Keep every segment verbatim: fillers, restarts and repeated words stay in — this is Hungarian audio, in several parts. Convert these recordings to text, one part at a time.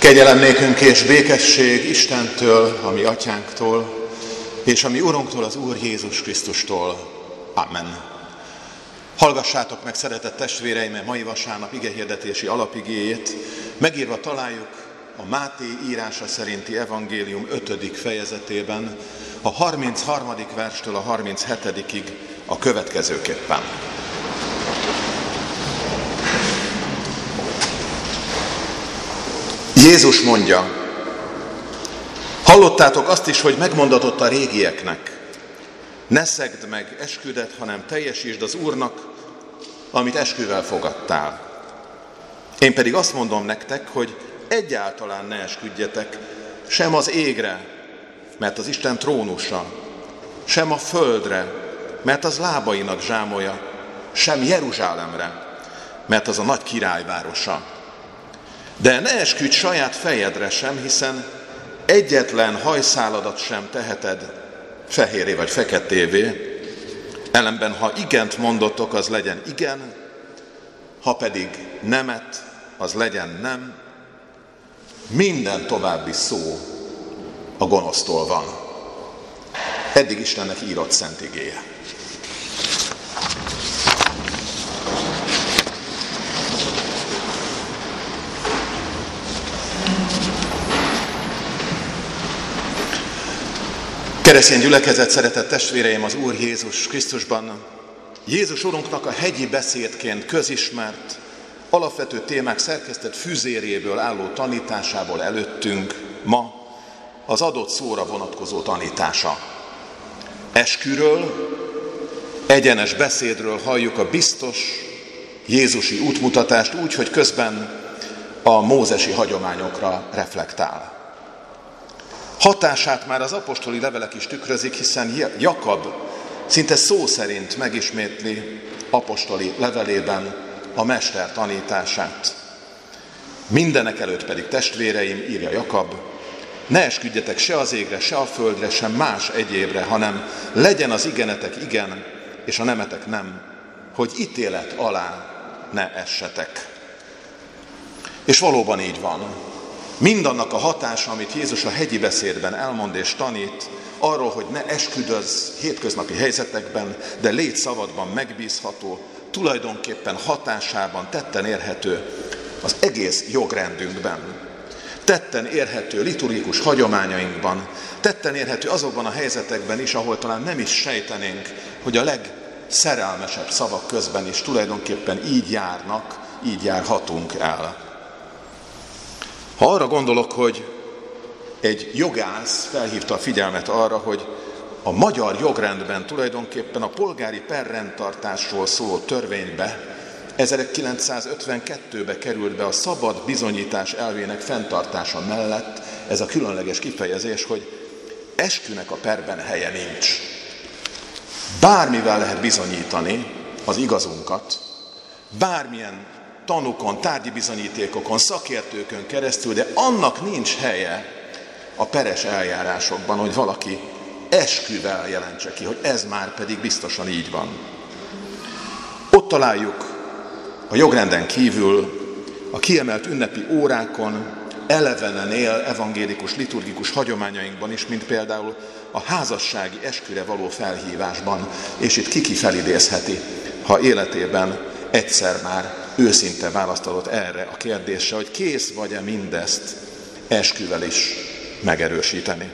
Kegyelem nékünk és békesség Istentől, a mi atyánktól, és a mi Urunktól, az Úr Jézus Krisztustól. Amen. Hallgassátok meg, szeretett testvéreim, a mai vasárnap igehirdetési alapigéjét. Megírva találjuk a Máté írása szerinti evangélium ötödik fejezetében, a harmincharmadik verstől a harminchetedikig a következőképpen. Jézus mondja: hallottátok azt is, hogy megmondatott a régieknek: ne szegd meg esküdet, hanem teljesítsd az Úrnak, amit esküvel fogadtál. Én pedig azt mondom nektek, hogy egyáltalán ne esküdjetek sem az égre, mert az Isten trónusa, sem a földre, mert az lábainak zsámolja, sem Jeruzsálemre, mert az a nagy királyvárosa. De ne esküdj saját fejedre sem, hiszen egyetlen hajszáladat sem teheted fehéré vagy feketévé. Ellenben, ha igent mondotok, az legyen igen, ha pedig nemet, az legyen nem. Minden további szó a gonosztól van. Eddig Istennek írott szent igéje. Keresztény gyülekezet, szeretett testvéreim az Úr Jézus Krisztusban, Jézus Urunknak a hegyi beszédként közismert, alapvető témák szerkesztett füzéréből álló tanításából előttünk ma az adott szóra vonatkozó tanítása. Esküről, egyenes beszédről halljuk a biztos jézusi útmutatást úgy, hogy közben a mózesi hagyományokra reflektál. Hatását már az apostoli levelek is tükrözik, hiszen Jakab szinte szó szerint megismétli apostoli levelében a mester tanítását. Mindenek előtt pedig, testvéreim, írja Jakab, ne esküdjetek se az égre, se a földre, sem más egyébre, hanem legyen az igenetek igen, és a nemetek nem, hogy ítélet alá ne essetek. És valóban így van. Mindannak a hatása, amit Jézus a hegyi beszédben elmond és tanít, arról, hogy ne esküdözz hétköznapi helyzetekben, de légy szavadban megbízható, tulajdonképpen hatásában tetten érhető az egész jogrendünkben. Tetten érhető liturgikus hagyományainkban, tetten érhető azokban a helyzetekben is, ahol talán nem is sejtenénk, hogy a legszerelmesebb szavak közben is tulajdonképpen így járnak, így járhatunk el. Ha arra gondolok, hogy egy jogász felhívta a figyelmet arra, hogy a magyar jogrendben tulajdonképpen a polgári perrendtartásról szóló törvénybe ezerkilencszázötvenkettőbe került be a szabad bizonyítás elvének fenntartása mellett ez a különleges kifejezés, hogy eskünek a perben helye nincs. Bármivel lehet bizonyítani az igazunkat, bármilyen tanukon, tárgyi bizonyítékokon, szakértőkön keresztül, de annak nincs helye a peres eljárásokban, hogy valaki esküvel jelentse ki, hogy ez már pedig biztosan így van. Ott találjuk a jogrenden kívül a kiemelt ünnepi órákon elevenen él evangélikus, liturgikus hagyományainkban is, mint például a házassági esküre való felhívásban, és itt ki-ki felidézheti, ha életében egyszer már őszinte választ adott erre a kérdésre, hogy kész vagy-e mindezt esküvel is megerősíteni.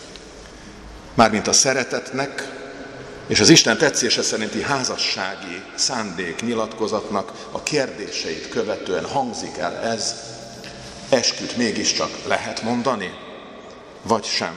Mármint a szeretetnek és az Isten tetszése szerinti házassági szándék nyilatkozatnak a kérdéseit követően hangzik el ez, esküt mégiscsak lehet mondani, vagy sem.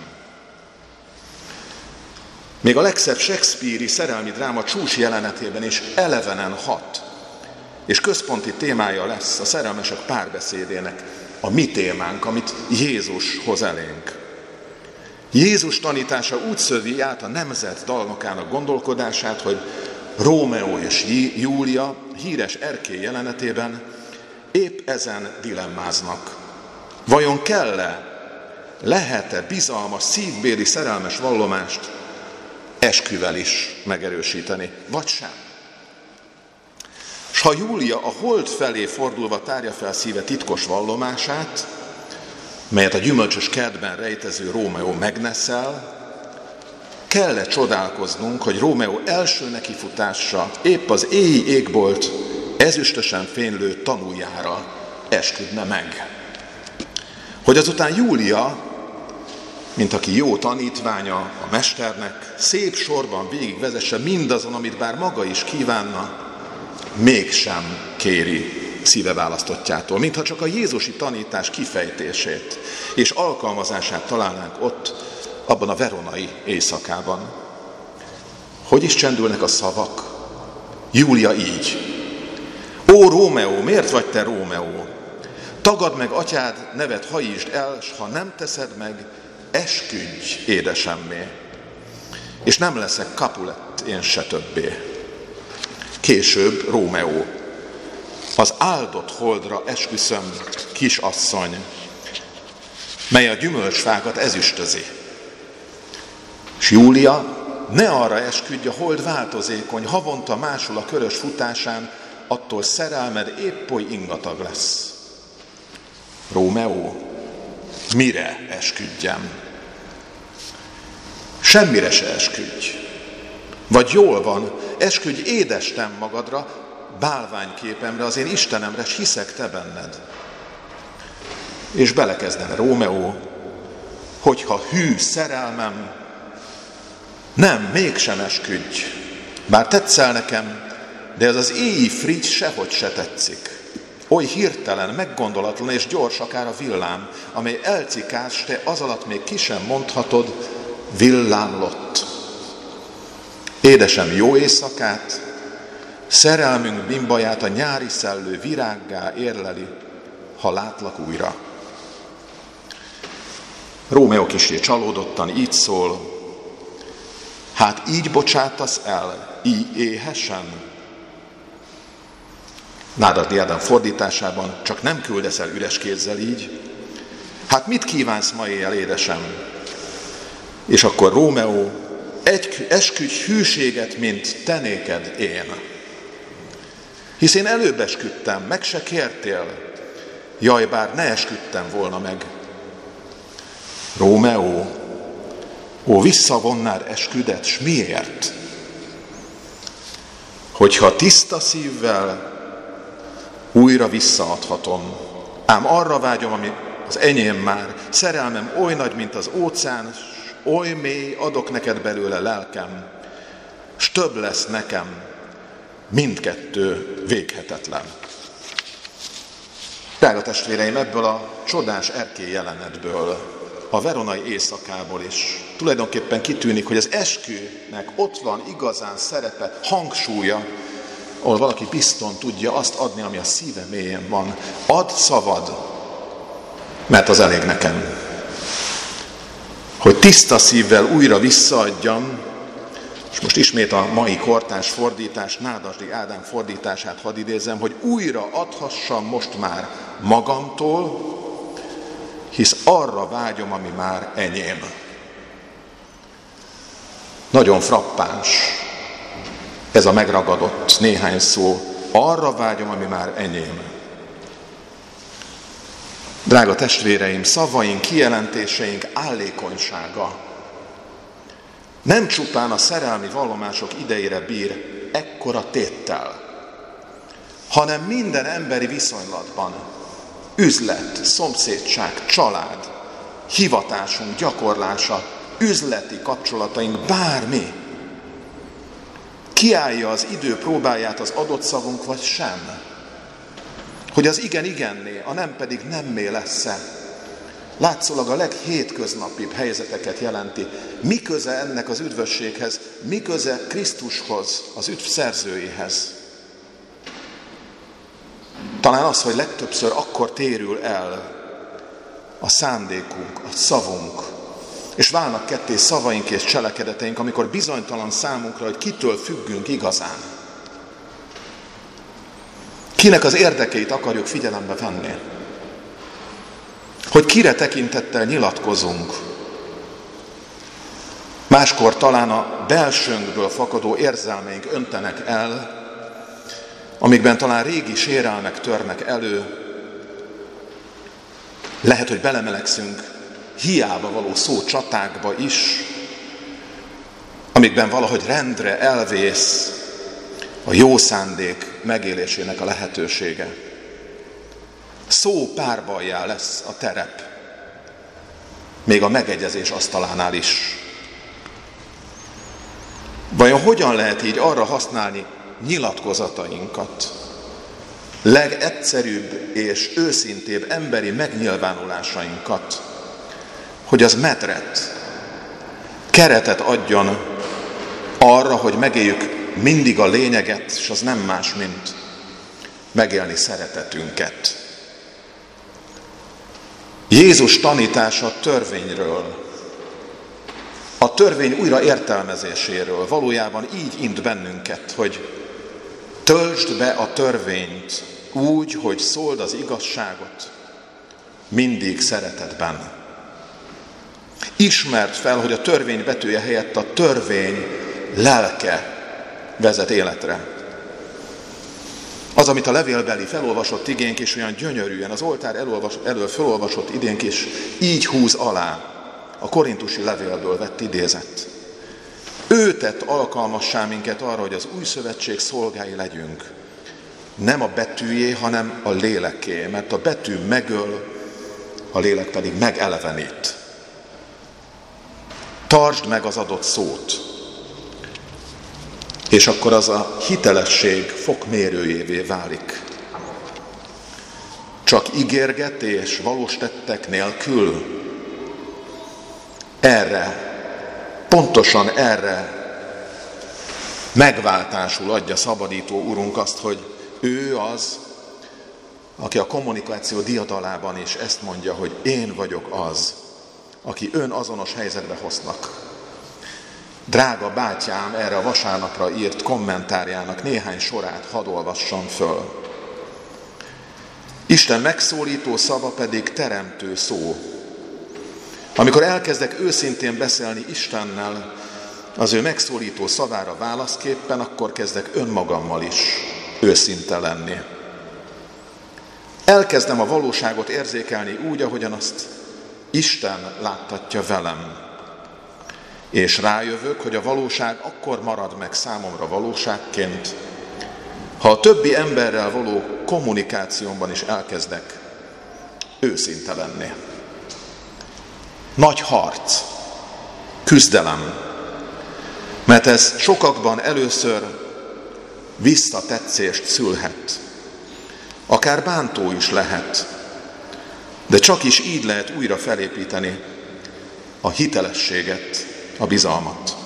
Még a legszebb shakespeare-i szerelmi dráma csúcs jelenetében is elevenen hat, és központi témája lesz a szerelmesek párbeszédének a mi témánk, amit Jézus hoz elénk. Jézus tanítása úgy szövi át a nemzet dalnokának gondolkodását, hogy Rómeó és Júlia híres erkély jelenetében épp ezen dilemmáznak. Vajon kell-e, lehet-e bizalmas, szívbéli szerelmes vallomást esküvel is megerősíteni, vagy sem? S ha Júlia a hold felé fordulva tárja fel szíve titkos vallomását, melyet a gyümölcsös kertben rejtező Rómeó megneszel, kell-e csodálkoznunk, hogy Rómeó első nekifutása épp az éji égbolt ezüstösen fénylő tanújára esküdne meg. Hogy azután Júlia, mint aki jó tanítványa a mesternek, szép sorban végigvezesse mindazon, amit bár maga is kívánna, mégsem kéri szíve választottjától, mintha csak a jézusi tanítás kifejtését és alkalmazását találnánk ott, abban a veronai éjszakában. Hogy is csendülnek a szavak? Júlia így. Ó, Rómeó, miért vagy te Rómeó? Tagadd meg atyád nevet, hajítsd el, s ha nem teszed meg, esküdj édesemmé, és nem leszek Capulet én se többé. Később Rómeó. Az áldott holdra esküszöm, kisasszony, mely a gyümölcsfákat ezüstözi. S Júlia, ne arra esküdj, a hold változékony, havonta másul a körös futásán, attól szerelmed épp oly ingatag lesz. Rómeó, mire esküdjem? Semmire se esküdj. Vagy jól van, esküdj édestem magadra, bálványképemre, az én Istenemre, s hiszek te benned. És belekezdene Rómeó, hogyha hű szerelmem, nem, mégsem esküdj. Bár tetszel nekem, de ez az éji frigy sehogy se tetszik. Oly hirtelen, meggondolatlan és gyors akár a villám, amely elcikás, te az alatt még ki sem mondhatod, villámlott. Édesem, jó éjszakát, szerelmünk bimbaját a nyári szellő virággá érleli, ha látlak újra. Rómeó kissé csalódottan így szól, hát így bocsátasz el, így éhesen? Nádasdy Ádám fordításában csak nem küldesz el üres kézzel így. Hát mit kívánsz ma éjjel, édesem? És akkor Rómeó, egy, esküdj hűséget, mint te néked én. Hisz én előbb esküdtem, meg se kértél. Jaj, bár ne esküdtem volna meg. Rómeó, ó, visszavonnád esküdet, s miért? Hogyha tiszta szívvel újra visszaadhatom, ám arra vágyom, ami az enyém már, szerelmem oly nagy, mint az óceán, s oly mély, adok neked belőle lelkem, s több lesz nekem, mindkettő véghetetlen. Drága testvéreim, ebből a csodás erkély jelenetből, a veronai éjszakából is tulajdonképpen kitűnik, hogy az eskünek ott van igazán szerepe, hangsúlya, ahol valaki bizton tudja azt adni, ami a szíve mélyén van. Add szavad, mert az elég nekem. Hogy tiszta szívvel újra visszaadjam, és most ismét a mai kortárs fordítás, Nádasdy Ádám fordítását hadd idézem, hogy újra adhassam most már magamtól, hisz arra vágyom, ami már enyém. Nagyon frappáns ez a megragadott néhány szó. Arra vágyom, ami már enyém. Drága testvéreim, szavaink, kijelentéseink állékonysága nem csupán a szerelmi vallomások idejére bír ekkora téttel, hanem minden emberi viszonylatban, üzlet, szomszédság, család, hivatásunk gyakorlása, üzleti kapcsolataink, bármi. Kiállja az idő próbáját az adott szavunk, vagy sem? Hogy az igen igenné, a nem pedig nemmé lesz-e? Látszólag a leghétköznapibb helyzeteket jelenti. Mi köze ennek az üdvösséghez? Mi köze Krisztushoz, az üdv szerzőjéhez? Talán az, hogy legtöbbször akkor térül el a szándékunk, a szavunk, és válnak ketté szavaink és cselekedeteink, amikor bizonytalan számunkra, hogy kitől függünk igazán. Kinek az érdekeit akarjuk figyelembe venni? Hogy kire tekintettel nyilatkozunk? Máskor talán a belsőnkből fakadó érzelmeink öntenek el, amikben talán régi sérelmek törnek elő, Lehet, hogy belemelegszünk hiába való szó csatákba is, amikben valahogy rendre elvész a jó szándék megélésének a lehetősége. Szó párbajjá lesz a terep, még a megegyezés asztalánál is. Vajon hogyan lehet így arra használni nyilatkozatainkat, legegyszerűbb és őszintébb emberi megnyilvánulásainkat, hogy az medret, keretet adjon arra, hogy megéljük mindig a lényeget, és az nem más, mint megélni szeretetünket. Jézus tanítása a törvényről, a törvény újra értelmezéséről valójában így int bennünket, hogy töltsd be a törvényt úgy, hogy szóld az igazságot mindig szeretetben. Ismerd fel, hogy a törvény betűje helyett a törvény lelke vezet életre. Az, amit a levélbeli felolvasott igénk is olyan gyönyörűen, az oltár elől felolvasott igénk is így húz alá, a korintusi levélből vett idézet. Ő tett alkalmassá minket arra, hogy az új szövetség szolgái legyünk. Nem a betűjé, hanem a léleké, mert a betű megöl, a lélek pedig megelevenít. Tartsd meg az adott szót, és akkor az a hitelesség fokmérőjévé válik. Csak ígérgetés valós tettek nélkül erre, pontosan erre megváltásul adja szabadító Urunk azt, hogy ő az, aki a kommunikáció diadalában is ezt mondja, hogy én vagyok az, aki ön azonos helyzetbe hoznak. Drága bátyám erre a vasárnapra írt kommentárjának néhány sorát hadd olvassam föl. Isten megszólító szava pedig teremtő szó. Amikor elkezdek őszintén beszélni Istennel, az ő megszólító szavára válaszképpen, akkor kezdek önmagammal is őszinte lenni. Elkezdem a valóságot érzékelni úgy, ahogyan azt Isten láttatja velem. És rájövök, hogy a valóság akkor marad meg számomra valóságként, ha a többi emberrel való kommunikációmban is elkezdek őszinte lenni. Nagy harc, küzdelem, mert ez sokakban először visszatetszést szülhet, akár bántó is lehet, de csak is így lehet újra felépíteni a hitelességet, a bizalmat.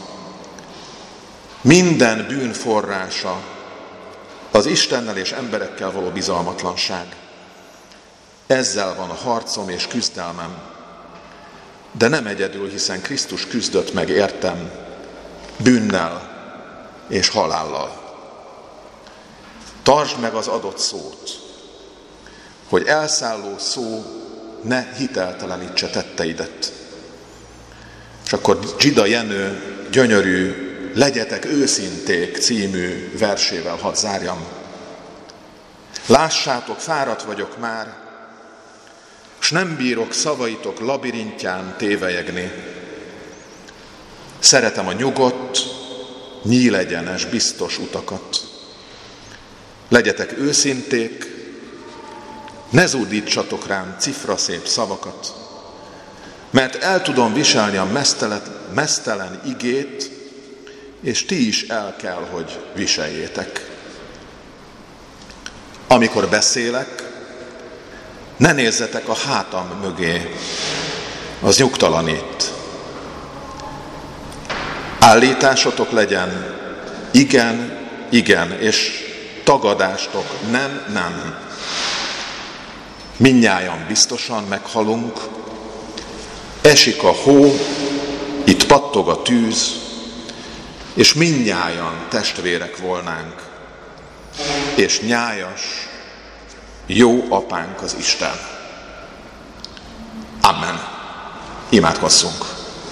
Minden bűn forrása az Istennel és emberekkel való bizalmatlanság. Ezzel van a harcom és küzdelmem, de nem egyedül, hiszen Krisztus küzdött meg értem bűnnel és halállal. Tartsd meg az adott szót, hogy elszálló szó ne hiteltelenítse tetteidet. És akkor Zsida Jenő gyönyörű Legyetek őszinték című versével hadd zárjam. Lássátok, fáradt vagyok már, s nem bírok szavaitok labirintján tévelyegni. Szeretem a nyugodt, nyílegyenes, biztos utakat. Legyetek őszinték, ne zúdítsatok rám cifraszép szavakat, mert el tudom viselni a meztelen igét, és ti is el kell, hogy viseljétek. Amikor beszélek, ne nézzetek a hátam mögé, az nyugtalanít. Állításotok legyen igen, igen, és tagadástok nem, nem. Mindnyájan biztosan meghalunk, esik a hó, itt pattog a tűz, és mindnyájan testvérek volnánk, és nyájas, jó apánk az Isten. Amen. Imádkozzunk.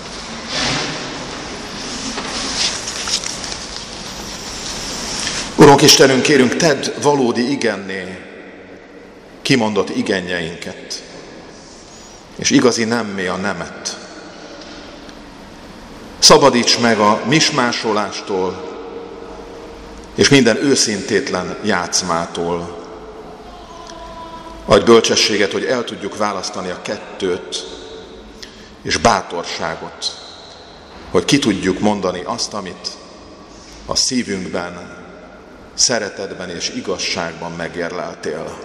Urunk Istenünk, kérünk, tedd valódi igenné kimondott igenjeinket. és igazi nemmé a nemet. Szabadíts meg a mismásolástól, és minden őszintétlen játszmától. Adj bölcsességet, hogy el tudjuk választani a kettőt, és bátorságot, hogy ki tudjuk mondani azt, amit a szívünkben, szeretetben és igazságban megérleltél.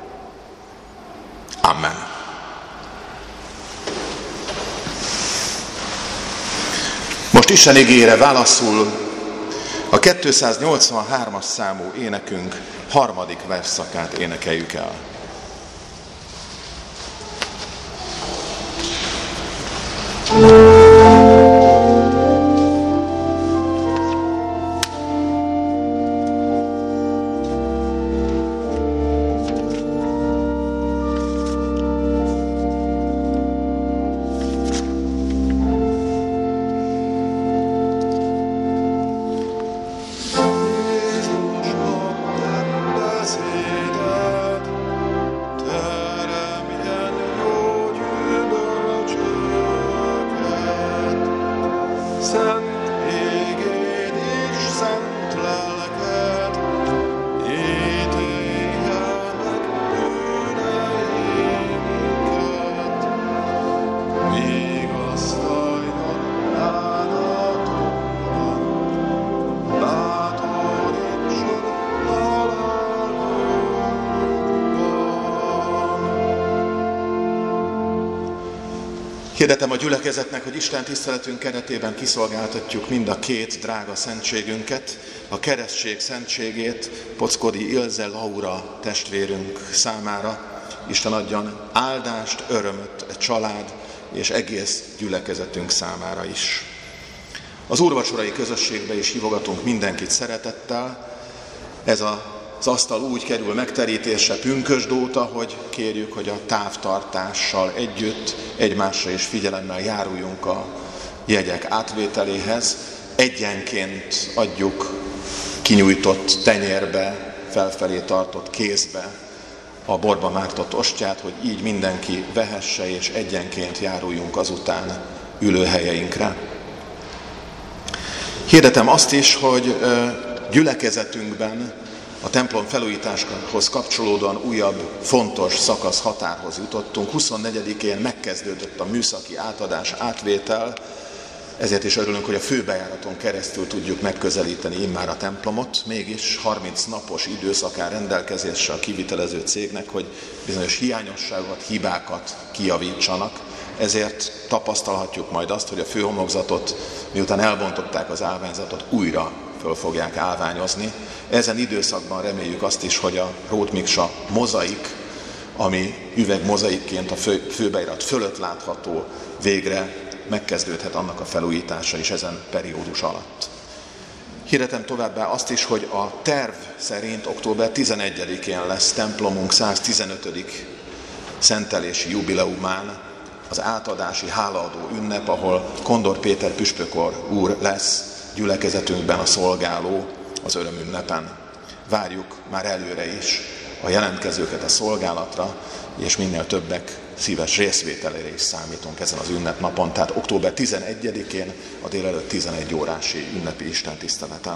Amen. Most Isten igére válaszul a kétszáznyolcvanhármas számú énekünk harmadik versszakát énekeljük el. Hirdetem a gyülekezetnek, hogy Isten tiszteletünk keretében kiszolgáltatjuk mind a két drága szentségünket, a keresztség szentségét Poczkodi Ilze Laura testvérünk számára. Isten adjon áldást, örömöt a család és egész gyülekezetünk számára is. Az úrvacsorai közösségbe is hívogatunk mindenkit szeretettel. Ez a Az asztal úgy kerül megterítésre pünkösd óta, hogy kérjük, hogy a távtartással együtt egymásra is figyelemmel járuljunk a jegyek átvételéhez. Egyenként adjuk kinyújtott tenyérbe, felfelé tartott kézbe a borba mártott ostját, hogy így mindenki vehesse, és egyenként járuljunk azután ülőhelyeinkre. Hirdetem azt is, hogy gyülekezetünkben a templom felújításhoz kapcsolódóan újabb fontos szakasz határhoz jutottunk. huszonnegyedikén megkezdődött a műszaki átadás, átvétel, ezért is örülünk, hogy a főbejáraton keresztül tudjuk megközelíteni immár a templomot. Mégis harminc napos időszak áll rendelkezésre a kivitelező cégnek, hogy bizonyos hiányosságokat, hibákat kijavítsanak. Ezért tapasztalhatjuk majd azt, hogy a főhomlokzatot, miután elbontották az állványzatot, újra föl fogják állványozni. Ezen időszakban reméljük azt is, hogy a Rót Miksa mozaik, ami üvegmozaikként a fő, főbeirat fölött látható, végre megkezdődhet annak a felújítása is ezen periódus alatt. Hirdetem továbbá azt is, hogy a terv szerint október tizenegyedikén lesz templomunk száztizenötödik szentelési jubileumán az átadási hálaadó ünnep, ahol Kondor Péter püspök úr lesz gyülekezetünkben a szolgáló az örömünnepen. Várjuk már előre is a jelentkezőket a szolgálatra, és minél többek szíves részvételére is számítunk ezen az ünnepnapon, tehát október tizenegyedikén a délelőtt tizenegy órási ünnepi istentiszteleten.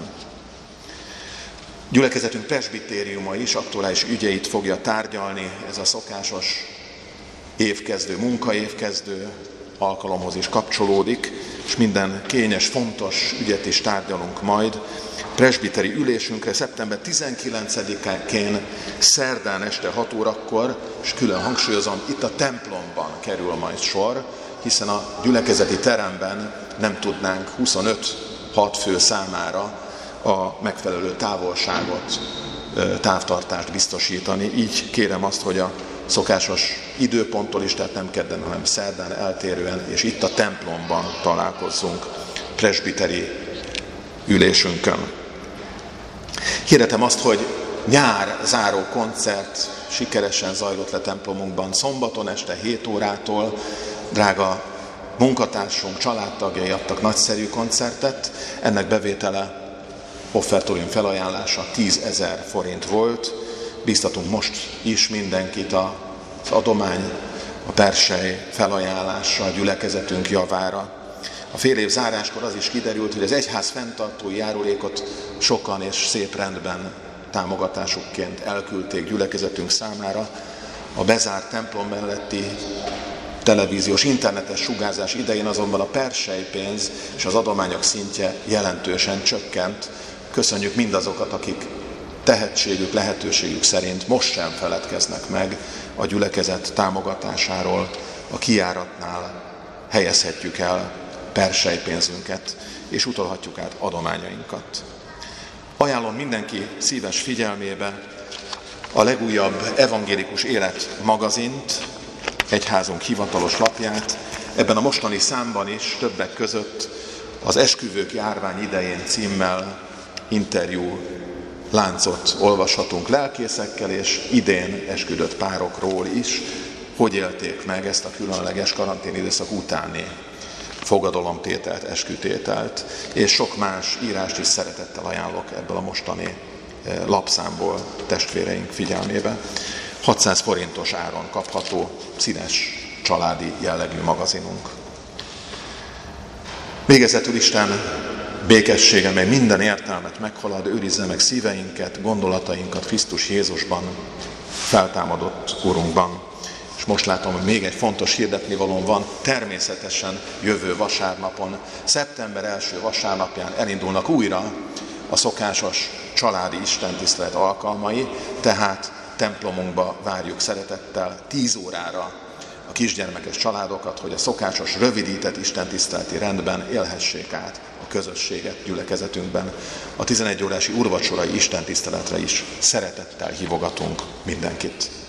Gyülekezetünk presbitériuma is aktuális ügyeit fogja tárgyalni, ez a szokásos évkezdő, munkaévkezdő alkalomhoz is kapcsolódik, és minden kényes, fontos ügyet is tárgyalunk majd. Presbiteri ülésünkre szeptember tizenkilencedikén szerdán este hat órakor, és külön hangsúlyozom, itt a templomban kerül majd sor, hiszen a gyülekezeti teremben nem tudnánk huszonöt-hat fő számára a megfelelő távolságot, távtartást biztosítani. Így kérem azt, hogy a szokásos időponttól is, tehát nem kedden, hanem szerdán eltérően, és itt a templomban találkozzunk presbiteri ülésünkön. Hirdetem azt, hogy nyár záró koncert sikeresen zajlott le templomunkban szombaton este hét órától. Drága munkatársunk, családtagjai adtak nagyszerű koncertet. Ennek bevétele, offertórium felajánlása tízezer forint volt. Bíztatunk most is mindenkit az adomány a persely felajánlása a gyülekezetünk javára. A fél év záráskor az is kiderült, hogy az egyház fenntartói járulékot sokan és szép rendben támogatásukként elküldték gyülekezetünk számára. A bezárt templom melletti televíziós, internetes sugárzás idején azonban a perselypénz és az adományok szintje jelentősen csökkent. Köszönjük mindazokat, akik tehetségük, lehetőségük szerint most sem feledkeznek meg a gyülekezet támogatásáról. A kijáratnál helyezhetjük el perselypénzünket, és utalhatjuk át adományainkat. Ajánlom mindenki szíves figyelmébe a legújabb Evangélikus Élet magazint, egyházunk hivatalos lapját. Ebben a mostani számban is többek között az Esküvők járvány idején címmel interjú láncot olvashatunk lelkészekkel, és idén esküdött párokról is, hogy élték meg ezt a különleges karanténidőszak utáni fogadalomtételt, eskütételt, és sok más írást is szeretettel ajánlok ebből a mostani lapszámból testvéreink figyelmébe. hatszáz forintos áron kapható színes családi jellegű magazinunk. Végezetül Isten békessége, mely minden értelmet meghalad, őrizze meg szíveinket, gondolatainkat Krisztus Jézusban, feltámadott Urunkban. És most látom, hogy még egy fontos hirdetnivalóm van, természetesen jövő vasárnapon, szeptember első vasárnapján elindulnak újra a szokásos családi istentisztelet alkalmai, tehát templomunkba várjuk szeretettel tíz órára a kisgyermekes családokat, hogy a szokásos rövidített istentiszteleti rendben élhessék át a közösséget gyülekezetünkben. A tizenegy órási úrvacsorai istentiszteletre is szeretettel hívogatunk mindenkit.